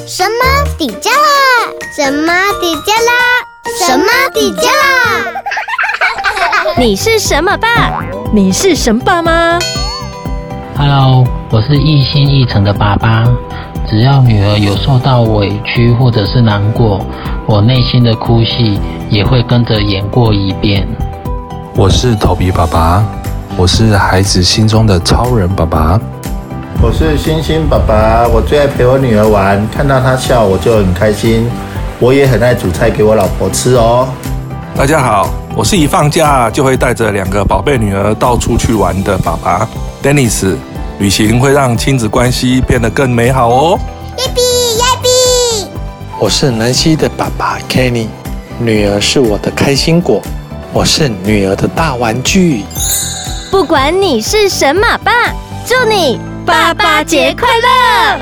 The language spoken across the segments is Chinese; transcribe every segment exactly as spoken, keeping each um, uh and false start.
什么底加啦？什么底加啦？什么底加啦？ 你是什么爸？ 你是神爸吗 ？Hello， 我是一心一诚的爸爸。只要女儿有受到委屈或者是难过，我内心的哭戏也会跟着演过一遍。 我是头皮爸爸，我是孩子心中的超人爸爸。 我是星星爸爸，我最爱陪我女儿玩，看到她笑我就很开心。我也很爱煮菜给我老婆吃哦。 大家好，我是一放假就会带着两个宝贝女儿到处去玩的爸爸 Dennis。旅行会让亲子关系变得更美好哦。 耶比耶比！ 我是南希的爸爸 Kenny， 女儿是我的开心果，我是女儿的大玩具。 不管你是神马爸，祝你爸爸节快乐！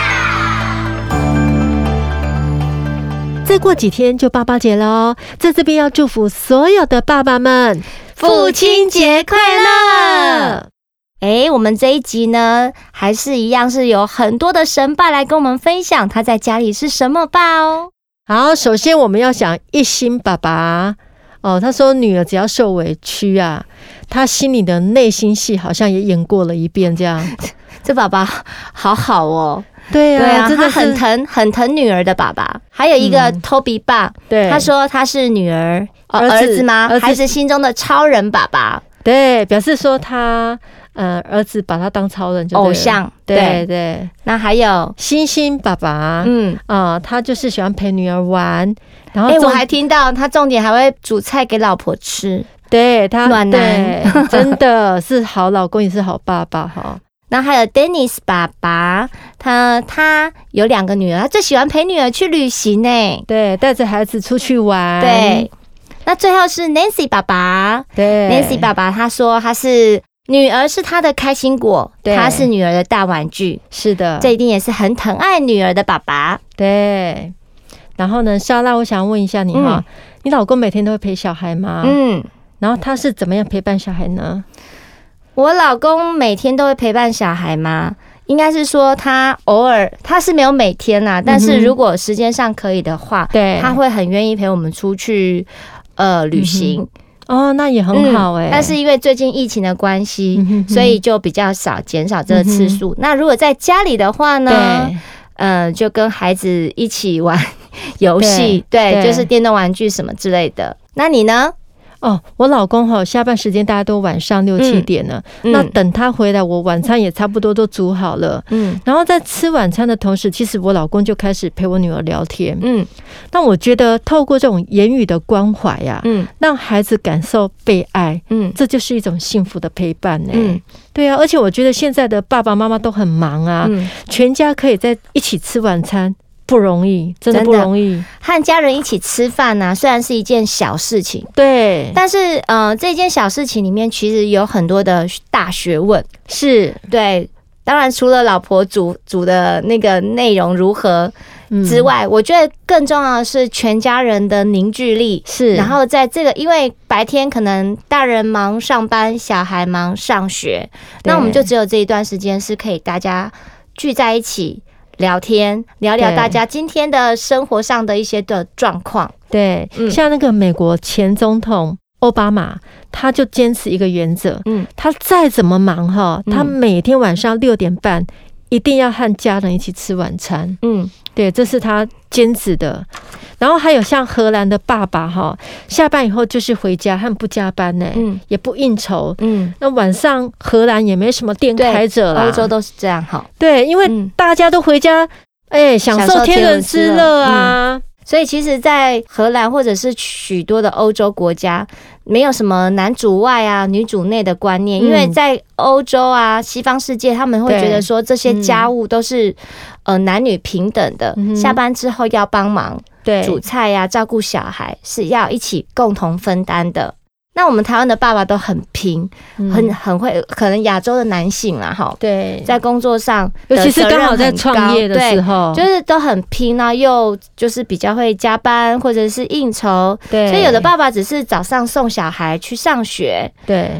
再过几天就爸爸节了哦，在这边要祝福所有的爸爸们， 父亲节快乐！哎，我们这一集呢，还是一样是有很多的神爸来跟我们分享他在家里是什么爸哦。 好，首先我们要想一心爸爸哦，他说女儿只要受委屈啊，他心里的内心戏好像也演过了一遍这样。 这爸爸好好哦。 对啊， 对啊， 真的他很疼很疼女儿的爸爸。还有一个 Toby 爸，嗯、 对， 他说他是女儿、哦、 儿, 子儿子吗？ 儿子孩子心中的超人爸爸。 对，表示说他呃儿子把他当超人就对了， 偶像。 对 对, 对。那还有星星爸爸， 嗯啊、呃，他就是喜欢陪女儿玩，然后哎、欸，我还听到他重点还会煮菜给老婆吃。 对他暖男， 真的是好老公，也是好爸爸哈。 那还有 Dennis 爸爸，他他有两个女儿，他最喜欢陪女儿去旅行呢。 对，带着孩子出去玩。 对。那最后是 Nancy 爸爸， 对 ，Nancy 爸爸他说他是女儿是他的开心果，他是女儿的大玩具。 是的， 这一定也是很疼爱女儿的爸爸。 对。然后呢，莎拉，我想问一下你哈、嗯，你老公每天都会陪小孩吗？ 嗯。 然后他是怎么样陪伴小孩呢？ 我老公每天都会陪伴小孩吗？应该是说他偶尔，他是没有每天啦、啊，但是如果时间上可以的话，对、嗯，他会很愿意陪我们出去呃旅行。 嗯、哦，那也很好哎、欸嗯。 但是因为最近疫情的关系、嗯，所以就比较少减少这个次数、嗯。那如果在家里的话呢，呃，就跟孩子一起玩游戏，对，对，就是电动玩具什么之类的。那你呢？ 哦，我老公哈，下班时间大概都晚上六七点了、嗯嗯。那等他回来，我晚餐也差不多都煮好了。嗯，然后在吃晚餐的同时，其实我老公就开始陪我女儿聊天。嗯，那我觉得透过这种言语的关怀呀，嗯，让孩子感受被爱，嗯，这就是一种幸福的陪伴呢、欸。嗯，对啊，而且我觉得现在的爸爸妈妈都很忙啊，嗯、全家可以在一起吃晚餐。不容易，真的不容易。 和家人一起吃饭呢、啊，虽然是一件小事情， 对， 但是呃，这件小事情里面其实有很多的大学问。 是， 对。当然，除了老婆煮煮的那个内容如何之外、嗯，我觉得更重要的是全家人的凝聚力。 是， 然后在这个，因为白天可能大人忙上班，小孩忙上学，那我们就只有这一段时间是可以大家聚在一起。聊天，聊聊大家今天的生活上的一些的状况。 对、嗯，像那个美国前总统奥巴马，他就坚持一个原则，嗯，他再怎么忙哈，他每天晚上六点半一定要和家人一起吃晚餐。嗯，对，这是他坚持的。然后还有像荷兰的爸爸哈，下班以后就是回家，他们不加班呢、嗯，也不应酬。嗯，那晚上荷兰也没什么店开着啦， 欧洲都是这样哈。 对，因为大家都回家，哎、嗯欸，享受天伦之乐啊。 嗯、所以其实，在荷兰或者是许多的欧洲国家，没有什么男主外啊、女主内的观念，嗯、因为在欧洲啊、西方世界，他们会觉得说这些家务都是、嗯、呃男女平等的，嗯、下班之后要帮忙。对，煮菜呀、啊，照顾小孩是要一起共同分担的。那我们台湾的爸爸都很拼，嗯、很很会，可能亚洲的男性啦，哈， 对， 在工作上， 尤其是刚好在创业的时候， 就是都很拼啊，又就是比较会加班或者是应酬， 对， 所以有的爸爸只是早上送小孩去上学， 对。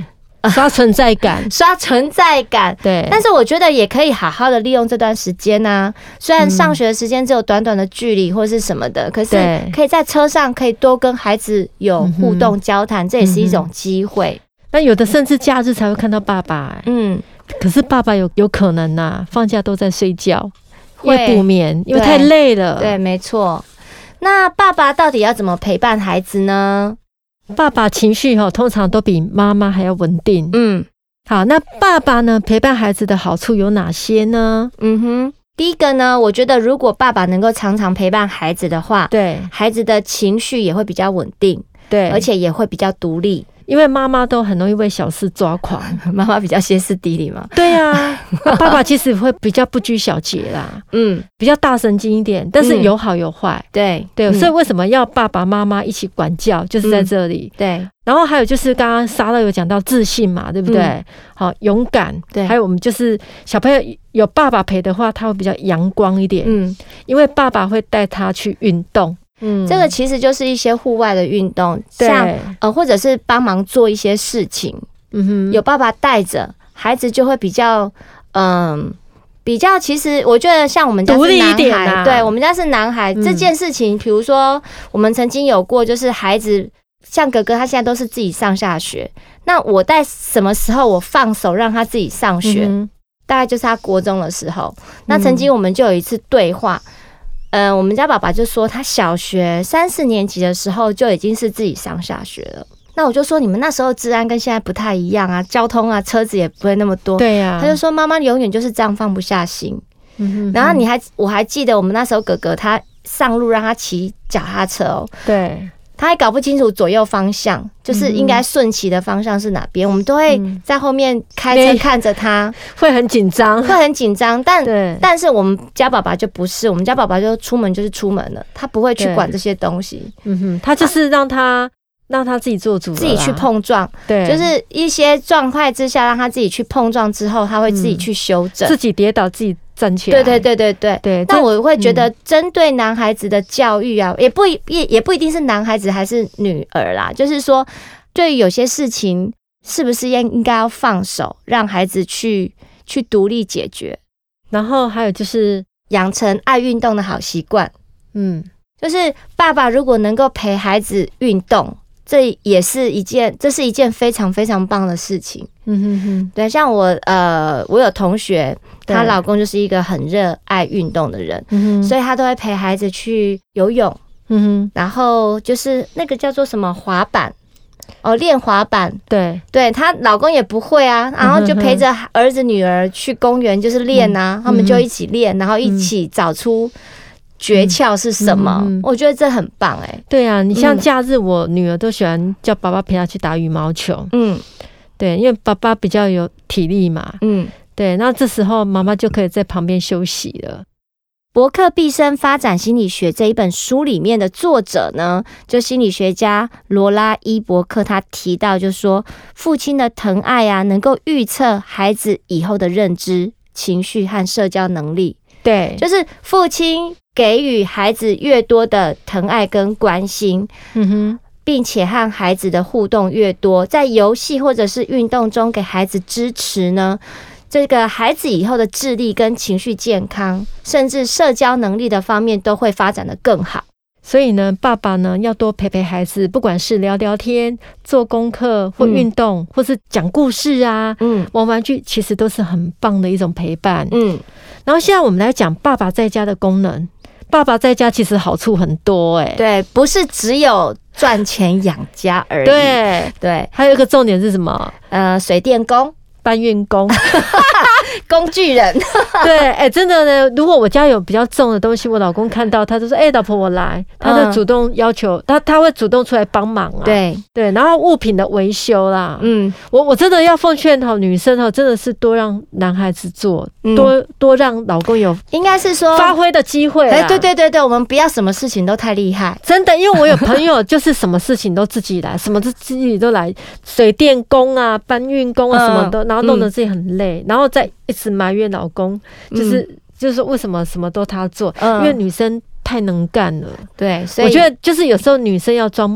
刷存在感， 刷存在感。 对， 但是我觉得也可以好好的利用这段时间啊。虽然上学的时间只有短短的距离或是什么的，可是可以在车上可以多跟孩子有互动交谈，这也是一种机会。 那有的甚至假日才会看到爸爸、欸，嗯，可是爸爸有有可能呐、啊，放假都在睡觉，因为补眠，因为太累了。 对，没错。那爸爸到底要怎么陪伴孩子呢？ 爸爸情绪哈，通常都比妈妈还要稳定。嗯，好，那爸爸呢，陪伴孩子的好处有哪些呢？ 嗯哼，第一个呢，我觉得如果爸爸能够常常陪伴孩子的话， 对， 孩子的情绪也会比较稳定， 对， 而且也会比较独立。 因为妈妈都很容易为小事抓狂， 妈妈比较歇斯底里嘛。 对啊，爸爸其实会比较不拘小节啦，嗯，比较大神经一点，但是有好有坏。 嗯、对对、嗯，所以为什么要爸爸妈妈一起管教，就是在这里。 嗯、对， 然后还有就是刚刚莎乐有讲到自信嘛，对不对？嗯、好，勇敢。 对， 还有我们就是小朋友有爸爸陪的话，他会比较阳光一点。嗯，因为爸爸会带他去运动。 嗯，这个其实就是一些户外的运动，像呃，或者是帮忙做一些事情。嗯哼，有爸爸带着，孩子就会比较，嗯、呃，比较。其实我觉得像我们家是男孩，独立一点啊、对我们家是男孩、嗯、这件事情，比如说我们曾经有过，就是孩子像哥哥，他现在都是自己上下学。那我在什么时候我放手让他自己上学？嗯、大概就是他国中的时候。那曾经我们就有一次对话。嗯、呃，我们家爸爸就说，他小学三四年级的时候就已经是自己上下学了。那我就说，你们那时候治安跟现在不太一样啊，交通啊，车子也不会那么多。 对呀、啊。 他就说，妈妈永远就是这样放不下心。嗯哼哼。然后你还，我还记得我们那时候哥哥他上路让他骑脚踏车哦。 对。 他还搞不清楚左右方向，就是应该顺骑的方向是哪边、嗯，我们都会在后面开车看着他， 会很紧张， 会很紧张。但但是我们家爸爸就不是，我们家爸爸就出门就是出门了，他不会去管这些东西。 嗯哼，他就是让他、啊、让他自己做主， 自己去碰撞。对，就是一些状态之下，让他自己去碰撞之后，他会自己去修正， 嗯、自己跌倒自己站起来。 对对对对对对。那我会觉得，针对男孩子的教育啊，也不也也不一定是男孩子还是女儿啦，就是说，对于有些事情，是不是应应该要放手，让孩子去去独立解决。 然后还有就是养成爱运动的好习惯。嗯，就是爸爸如果能够陪孩子运动。这也是一件，这是一件非常非常棒的事情。嗯哼哼，对，像我呃，我有同学，她老公就是一个很热爱运动的人，嗯、所以他都会陪孩子去游泳，嗯哼，然后就是那个叫做什么滑板，哦，练滑板， 对， 对，她老公也不会啊，然后就陪着儿子女儿去公园就是练啊，嗯、他们就一起练，然后一起找出。诀窍是什么、嗯嗯？我觉得这很棒哎、欸。 对啊，你像假日，我女儿都喜欢叫爸爸陪她去打羽毛球。嗯，对，因为爸爸比较有体力嘛。嗯，对，那这时候妈妈就可以在旁边休息了。 伯克毕生发展心理学这一本书里面的作者呢，就心理学家罗拉伊伯克，他提到就说，父亲的疼爱啊，能够预测孩子以后的认知、情绪和社交能力。 对， 就是父亲给予孩子越多的疼爱跟关心，嗯哼，并且和孩子的互动越多，在游戏或者是运动中给孩子支持呢，这个孩子以后的智力跟情绪健康，甚至社交能力的方面都会发展得更好。 所以呢，爸爸呢要多陪陪孩子，不管是聊聊天、做功课或运动、嗯，或是讲故事啊，嗯，玩玩具，其实都是很棒的一种陪伴。嗯，然后现在我们来讲爸爸在家的功能。爸爸在家其实好处很多哎、欸， 对，不是只有赚钱养家而已。 对对， 还有一个重点是什么？ 呃，水电工、 搬运工。 工具人。 对，哎、欸，真的呢。如果我家有比较重的东西，我老公看到他就说：“哎、欸，老婆，我来。”他就主动要求、嗯、他，他会主动出来帮忙啊。 对对，然后物品的维修啦，嗯，我我真的要奉劝哈，女生哈，真的是多让男孩子做，嗯、多多让老公有应该是说发挥的机会。 哎，对对对对，我们不要什么事情都太厉害， 真的，因为我有朋友就是什么事情都自己来，什么自己都来，水电工啊、搬运工啊什么的，然后弄得自己很累，嗯、然后再一直埋怨老公，就是、嗯、就是说为什么什么都他做、嗯，因为女生太能干了。 对，所以我觉得就是有时候女生要装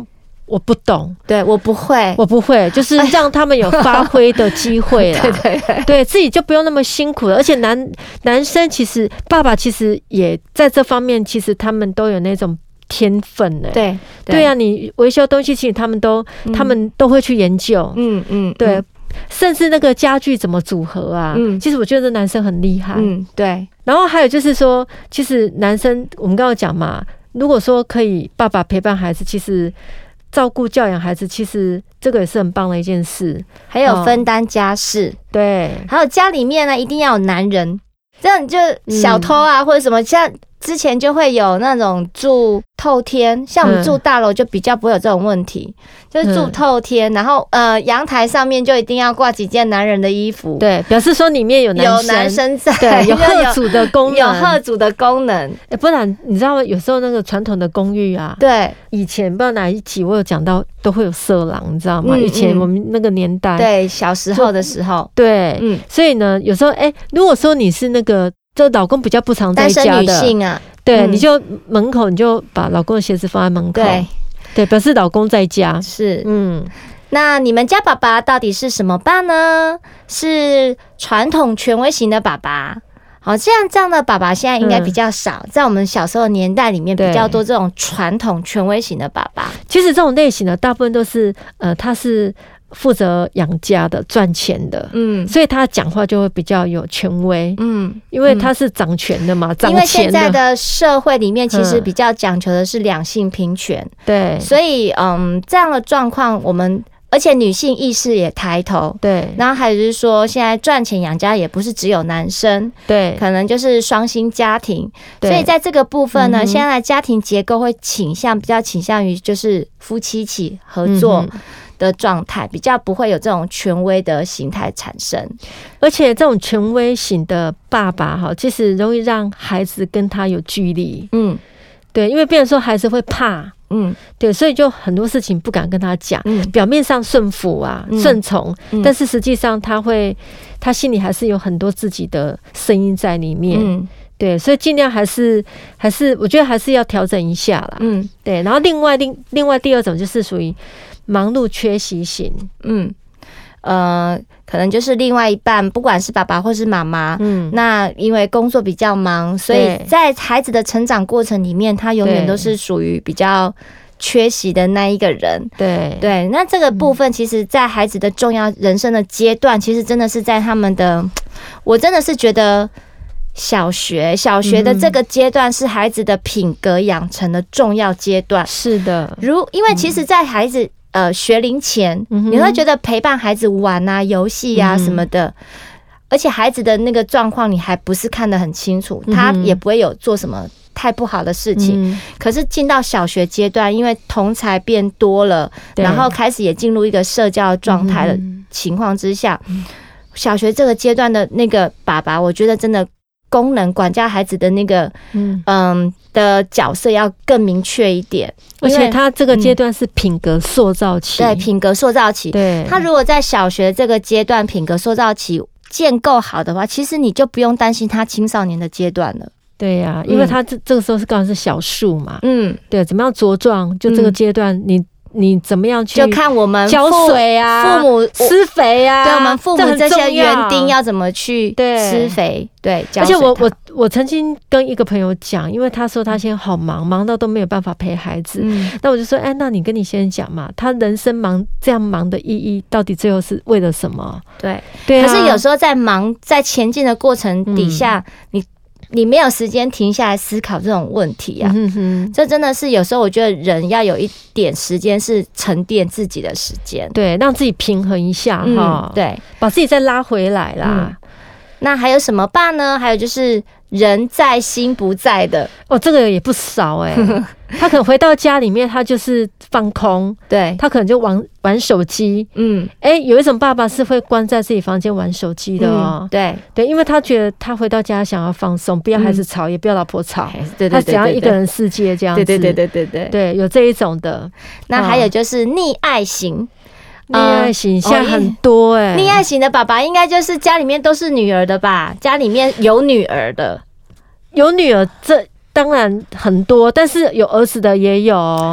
我不懂， 对我不会， 我不会，就是让他们有发挥的机会啦。 对对对， 对自己就不用那么辛苦了。而且男男生其实爸爸其实也在这方面，其实他们都有那种天分呢、欸。 对对啊，你维修东西，其实他们都、嗯、他们都会去研究。嗯嗯，对。甚至那个家具怎么组合啊？嗯，其实我觉得男生很厉害。嗯， 对。 然后还有就是说，其实男生我们刚刚讲嘛，如果说可以爸爸陪伴孩子，其实照顾教养孩子，其实这个也是很棒的一件事。 还有分担家事，哦、 对。 还有家里面呢，一定要有男人，这样就小偷啊、嗯、或者什么，像之前就会有那种住透天，像我们住大楼就比较不会有这种问题，嗯、就是住透天，然后呃阳台上面就一定要挂几件男人的衣服， 对，表示说里面有男生， 有男生在， 对，有贺主的功能， 有贺主的功能。 哎、欸，不然你知道吗？有时候那个传统的公寓啊， 对， 以前不知道哪一集我有讲到，都会有色狼，你知道吗？嗯、以前我们那个年代， 对，小时候的时候， 对，嗯，所以呢，有时候哎、欸，如果说你是那个。这老公比较不常在家的， 单身女性啊， 对， 嗯、 你就门口你就把老公的鞋子放在门口， 对， 对，表示老公在家。 是，嗯，那你们家爸爸到底是什么爸呢？是传统权威型的爸爸。好，这样这样的爸爸现在应该比较少，嗯、在我们小时候的年代里面比较多这种传统权威型的爸爸。 其实这种类型的大部分都是，呃，他是。负责养家的、赚钱的，嗯，所以他讲话就会比较有权威，嗯，因为他是掌权的嘛，掌钱的。 因为现在的社会里面其实比较讲求的是两性平权，嗯、 对， 所以嗯，这样的状况我们。而且女性意识也抬头， 对， 然后还有就是说，现在赚钱养家也不是只有男生， 对， 可能就是双薪家庭，所以在这个部分呢，嗯、现在的家庭结构会倾向比较倾向于就是夫妻一起合作的状态，嗯、比较不会有这种权威的形态产生。 而且这种权威型的爸爸哈，其实容易让孩子跟他有距离，嗯，对，因为变成说孩子会怕。嗯，对，所以就很多事情不敢跟他讲，嗯、表面上顺服啊、顺从，嗯、但是实际上他会，他心里还是有很多自己的声音在里面。嗯，对，所以尽量还是还是，我觉得还是要调整一下啦。嗯，对，然后另外另另外第二种就是属于忙碌缺席型。嗯。 呃，可能就是另外一半，不管是爸爸或是妈妈，嗯，那因为工作比较忙，所以在孩子的成长过程里面，他永远都是属于比较缺席的那一个人。 对对，那这个部分，其实在孩子的重要人生的阶段，其实真的是在他们的，我真的是觉得小学小学的这个阶段是孩子的品格养成的重要阶段。 是的， 如因为其实，在孩子。呃，学龄前，你会觉得陪伴孩子玩啊、游戏啊什么的，而且孩子的那个状况你还不是看得很清楚，他也不会有做什么太不好的事情。可是进到小学阶段，因为同侪变多了，然后开始也进入一个社交状态的情况之下，小学这个阶段的那个爸爸，我觉得真的。功能管教孩子的那个嗯嗯的角色要更明确一点， 而且他这个阶段是品格塑造期， 对品格塑造期， 对他如果在小学这个阶段品格塑造期建构好的话，其实你就不用担心他青少年的阶段了。 对呀、啊，因为他这这个时候是刚好是小树嘛，嗯，对，怎么样茁壮，就这个阶段你。你怎么样去就看我们浇水啊， 父母施肥啊， 对我们父母这些园丁要怎么去施肥？对， 而且我我我曾经跟一个朋友讲，因为他说他现在好忙，忙到都没有办法陪孩子。嗯、那我就说，哎，那你跟你先生讲嘛，他人生忙这样忙的意义，到底最后是为了什么？ 对， 对、啊。 可是有时候在忙在前进的过程底下，嗯、你。你没有时间停下来思考这种问题啊！嗯哼，这真的是有时候我觉得人要有一点时间是沉淀自己的时间， 对，让自己平衡一下哈、嗯， 对， 把自己再拉回来啦。 嗯、那还有什么办呢？还有就是人在心不在的哦，这个也不少哎、欸。他可能回到家里面，他就是放空， 对他可能就玩玩手机。嗯，哎、欸，有一种爸爸是会关在自己房间玩手机的哦。 嗯、对对，因为他觉得他回到家想要放松，不要孩子吵，嗯、也不要老婆吵， 对对对对对， 他想要一个人世界这样子。 对对对对对对， 对，有这一种的。 那还有就是溺爱型。 溺爱型现在很多哎、欸， 溺爱型的爸爸应该就是家里面都是女儿的吧？家里面有女儿的， 有女儿这当然很多，但是有儿子的也有。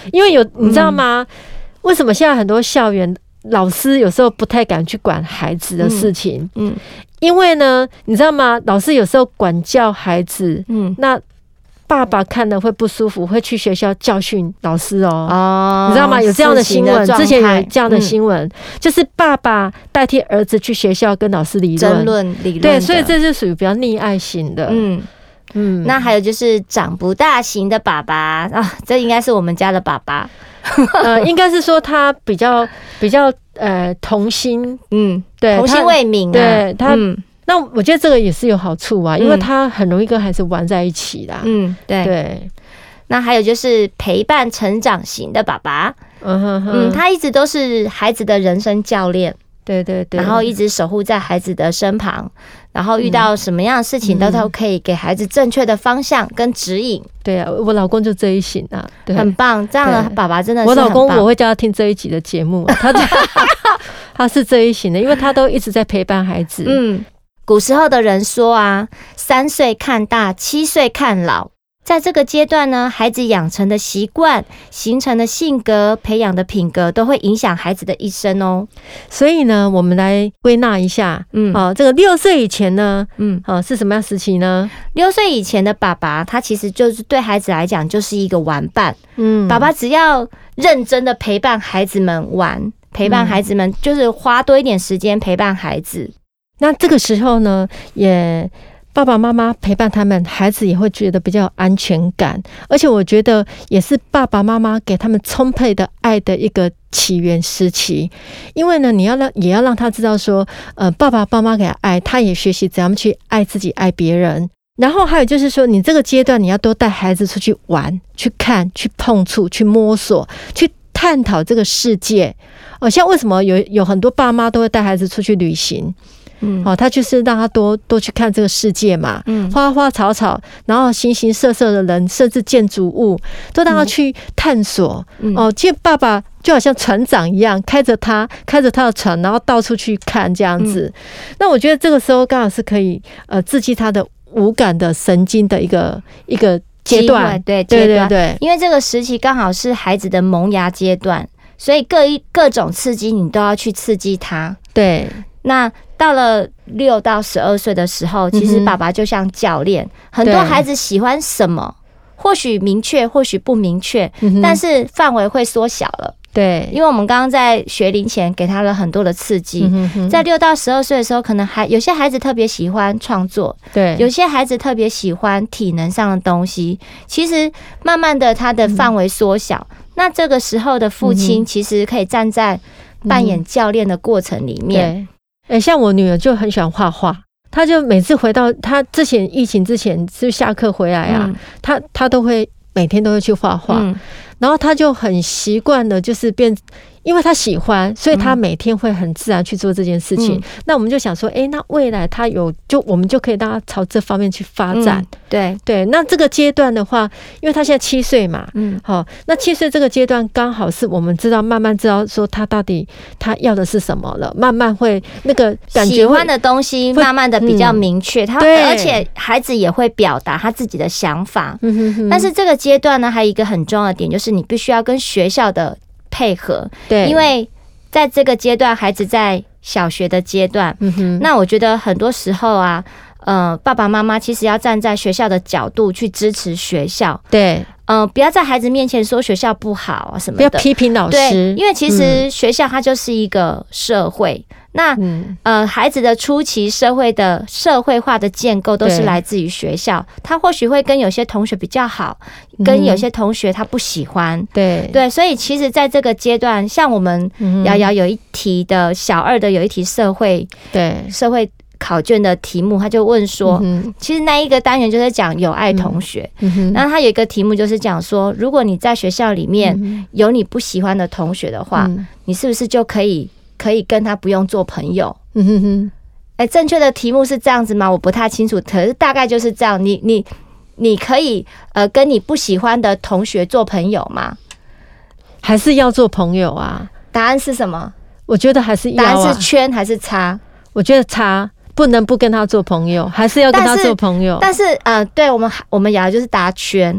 因为有你知道吗？嗯、为什么现在很多校园老师有时候不太敢去管孩子的事情？嗯，嗯因为呢，你知道吗？老师有时候管教孩子，嗯，那。爸爸看了会不舒服，会去学校教训老师哦。哦，你知道吗？有这样的新闻，之前有这样的新闻，嗯、就是爸爸代替儿子去学校跟老师理论、 争论、理论。 对，所以这是属于比较溺爱型的。嗯嗯。那还有就是长不大型的爸爸啊，这应该是我们家的爸爸。 呃，应该是说他比较比较呃童心， 嗯，对，童心未泯、啊。 对他。嗯那我觉得这个也是有好处啊，因为他很容易跟孩子玩在一起啦。 嗯，对对。那还有就是陪伴成长型的爸爸，嗯哼哼，嗯，他一直都是孩子的人生教练。 对对对。 然后一直守护在孩子的身旁，然后遇到什么样的事情都都可以给孩子正确的方向跟指引。 对啊，我老公就这一型啊，对很棒。这样的爸爸真的是很棒。 我老公我会叫他听这一集的节目、啊，他他是这一型的，因为他都一直在陪伴孩子。嗯。 古时候的人说啊，三岁看大，七岁看老。在这个阶段呢，孩子养成的习惯、形成的性格、培养的品格，都会影响孩子的一生哦。 所以呢，我们来归纳一下，嗯，啊，这个六岁以前呢，嗯，啊，是什么样时期呢？ 六岁以前的爸爸，他其实就是对孩子来讲就是一个玩伴，嗯，爸爸只要认真的陪伴孩子们玩，陪伴孩子们，就是花多一点时间陪伴孩子。 那这个时候呢，也爸爸妈妈陪伴他们，孩子也会觉得比较有安全感，而且我觉得也是爸爸妈妈给他们充沛的爱的一个起源时期。因为呢，你要让也要让他知道说，呃，爸爸妈妈给他爱，他也学习怎样去爱自己、爱别人。然后还有就是说，你这个阶段你要多带孩子出去玩、去看、去碰触、去摸索、去探讨这个世界。哦，像为什么有有很多爸妈都会带孩子出去旅行？嗯，哦，他就是让他多多去看这个世界嘛，嗯，花花草草，然后形形色色的人，甚至建筑物，都让他去探索。嗯、哦，其实爸爸就好像船长一样，开着他开着他的船，然后到处去看这样子。嗯、那我觉得这个时候刚好是可以呃刺激他的五感的神经的一个一个阶段， 对对对对，因为这个时期刚好是孩子的萌芽阶段，所以各一各种刺激你都要去刺激他。 对。 那到了六到十二岁的时候，其实爸爸就像教练，嗯、很多孩子喜欢什么，或许明确，或许不明确，嗯、但是范围会缩小了。 对， 因为我们刚刚在学龄前给他了很多的刺激，嗯、在六到十二岁的时候，可能还有些孩子特别喜欢创作， 对， 有些孩子特别喜欢体能上的东西。其实慢慢的，他的范围缩小，嗯、那这个时候的父亲其实可以站在扮演教练的过程里面。 嗯欸、像我女儿就很喜欢画画，她就每次回到她之前疫情之前就下课回来啊，嗯、她她都会每天都会去画画，嗯、然后她就很习惯的，就是变。因为他喜欢，所以他每天会很自然去做这件事情。嗯、那我们就想说，哎、欸，那未来他有，就我们就可以让他朝这方面去发展。嗯、 对对，那这个阶段的话，因为他现在七岁嘛，嗯，好，那七岁这个阶段刚好是我们知道慢慢知道说他到底他要的是什么了，慢慢会那个感觉喜欢的东西慢慢的比较明确，嗯、他而且孩子也会表达他自己的想法。嗯、哼哼但是这个阶段呢，还有一个很重要的点，就是你必须要跟学校的配合，对，因为在这个阶段，孩子在小学的阶段，嗯哼，那我觉得很多时候啊，呃，爸爸妈妈其实要站在学校的角度去支持学校， 对， 呃，不要在孩子面前说学校不好啊什么的， 不要批评老师， 对，因为其实学校它就是一个社会。嗯那、嗯、呃，孩子的初期社会的社会化的建构都是来自于学校，他或许会跟有些同学比较好，跟有些同学他不喜欢， 对对，所以其实在这个阶段，像我们瑶瑶有一题的小二的有一题社会对社会考卷的题目，他就问说，嗯、其实那一个单元就是讲友爱同学，嗯、然后他有一个题目就是讲说，如果你在学校里面有你不喜欢的同学的话，嗯、你是不是就可以？可以跟他不用做朋友，嗯哼哼，哎，正确的题目是这样子吗？我不太清楚，可是大概就是这样。你你你可以呃跟你不喜欢的同学做朋友吗？ 还是要做朋友啊？ 答案是什么？ 我觉得还是要、啊。 答案是圈还是叉？ 我觉得叉，不能不跟他做朋友，还是要跟他做朋友。 但是, 但是呃，对我们我们瑶就是答圈。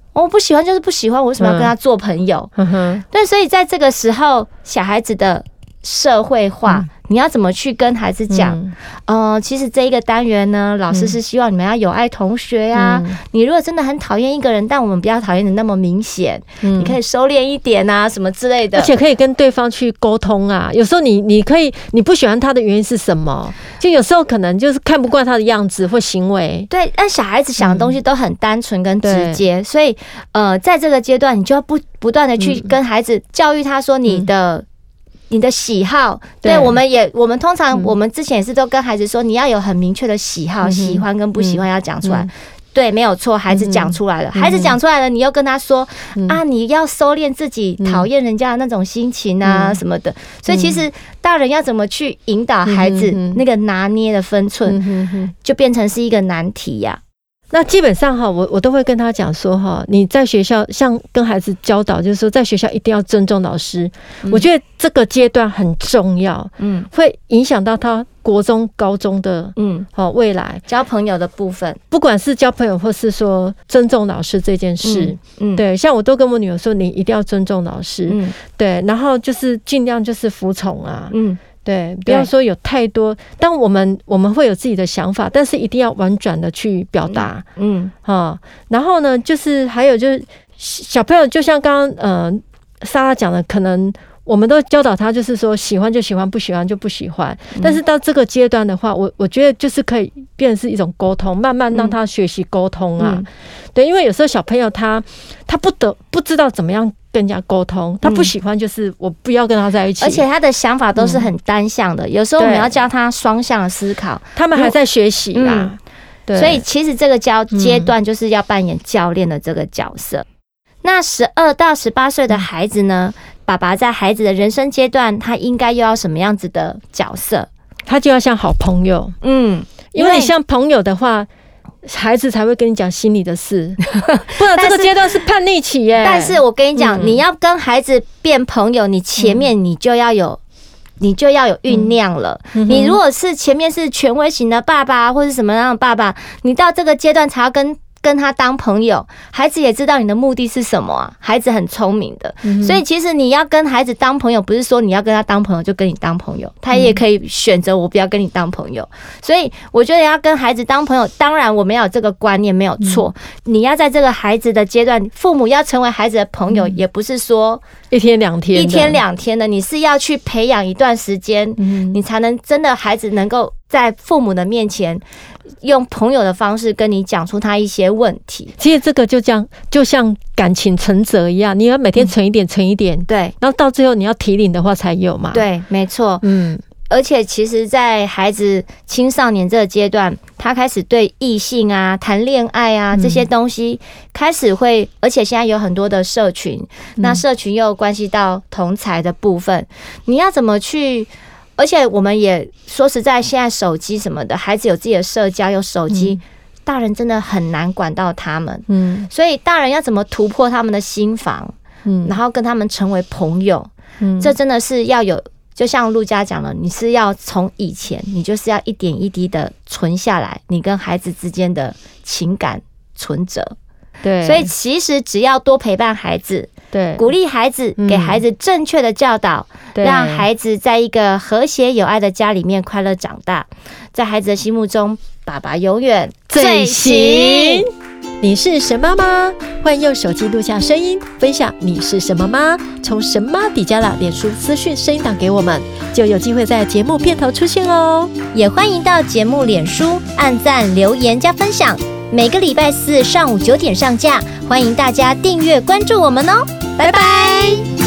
我不喜欢就是不喜欢，我为什么要跟他做朋友？嗯哼，对，所以在这个时候，小孩子的社会化。嗯，你要怎么去跟孩子讲？嗯、呃，其实这一个单元呢，老师是希望你们要友爱同学呀、啊。嗯、你如果真的很讨厌一个人，但我们不要讨厌的那么明显，嗯、你可以收敛一点啊，什么之类的。 而且可以跟对方去沟通啊。有时候你你可以你不喜欢他的原因是什么？就有时候可能就是看不惯他的样子或行为。 对，但小孩子想的东西都很单纯跟直接，嗯、所以呃，在这个阶段，你就要不不断的去跟孩子教育他说你的。嗯你的喜好，对，对我们也，我们通常，我们之前也是都跟孩子说，你要有很明确的喜好，嗯、喜欢跟不喜欢要讲出来。嗯、对，没有错，孩子讲出来了，嗯、孩子讲出来了，你又跟他说、嗯、啊，你要收敛自己讨厌人家的那种心情啊、嗯、什么的。所以其实大人要怎么去引导孩子那个拿捏的分寸，嗯、就变成是一个难题呀、啊。 那基本上哈，我我都会跟他讲说哈，你在学校像跟孩子教导，就是说在学校一定要尊重老师。嗯、我觉得这个阶段很重要，嗯，会影响到他国中、高中的嗯好未来交朋友的部分， 不管是交朋友或是说尊重老师这件事，嗯，嗯对，像我都跟我女儿说，你一定要尊重老师，嗯，对，然后就是尽量就是服从啊，嗯。对，不要说有太多。当我们我们会有自己的想法，但是一定要婉转的去表达。嗯，啊、嗯，然后呢，就是还有就是小朋友，就像刚刚呃莎拉讲的，可能我们都教导他，就是说喜欢就喜欢，不喜欢就不喜欢。嗯、但是到这个阶段的话，我我觉得就是可以变成是一种沟通，慢慢让他学习沟通啊。嗯、对，因为有时候小朋友他他不得不知道怎么样。跟人家沟通，他不喜欢就是我不要跟他在一起， 而且他的想法都是很单向的。嗯、有时候我们要教他双向的思考， 他们还在学习啦。嗯、 对，所以其实这个教阶段就是要扮演教练的这个角色。嗯、那十二到十八岁的孩子呢，爸爸在孩子的人生阶段，他应该又要什么样子的角色？ 他就要像好朋友，嗯，因为你像朋友的话。孩子才会跟你讲心里的事，不然这个阶段是叛逆期耶。 但是我跟你讲，嗯、你要跟孩子变朋友，你前面你就要有，嗯、你就要有酝酿了。嗯、你如果是前面是权威型的爸爸，或是什么样的爸爸，你到这个阶段才要跟。跟他当朋友，孩子也知道你的目的是什么啊。孩子很聪明的，嗯、所以其实你要跟孩子当朋友，不是说你要跟他当朋友就跟你当朋友，他也可以选择我不要跟你当朋友。所以我觉得要跟孩子当朋友，当然我们要有这个观念没有错。嗯、你要在这个孩子的阶段，父母要成为孩子的朋友，嗯、也不是说一天两天、一天两天的，你是要去培养一段时间，嗯、你才能真的孩子能够在父母的面前。用朋友的方式跟你讲出他一些问题， 其实这个就像就像感情存折一样，你要每天存一点，存一点， 对， 然后到最后你要提领的话才有嘛。 对，没错，嗯。而且其实，在孩子青少年这个阶段，他开始对异性啊、谈恋爱啊这些东西开始会，而且现在有很多的社群，那社群又关系到同侪的部分，你要怎么去？而且我们也说实在，现在手机什么的，孩子有自己的社交，有手机，嗯、大人真的很难管到他们。嗯，所以大人要怎么突破他们的心防，嗯，然后跟他们成为朋友，嗯，这真的是要有，就像陆家讲了，你是要从以前，你就是要一点一滴的存下来，你跟孩子之间的情感存折。 对， 所以其实只要多陪伴孩子。 对， 鼓励孩子，给孩子正确的教导，嗯、让孩子在一个和谐有爱的家里面快乐长大。在孩子的心目中，爸爸永远最行。 你是神妈吗？欢迎用手机录下声音，分享你是什么妈，从神妈底加拉脸书私讯声音档给我们，就有机会在节目片头出现哦。 也欢迎到节目脸书按赞、留言加分享。每个礼拜四上午九点上架，欢迎大家订阅关注我们哦，拜拜。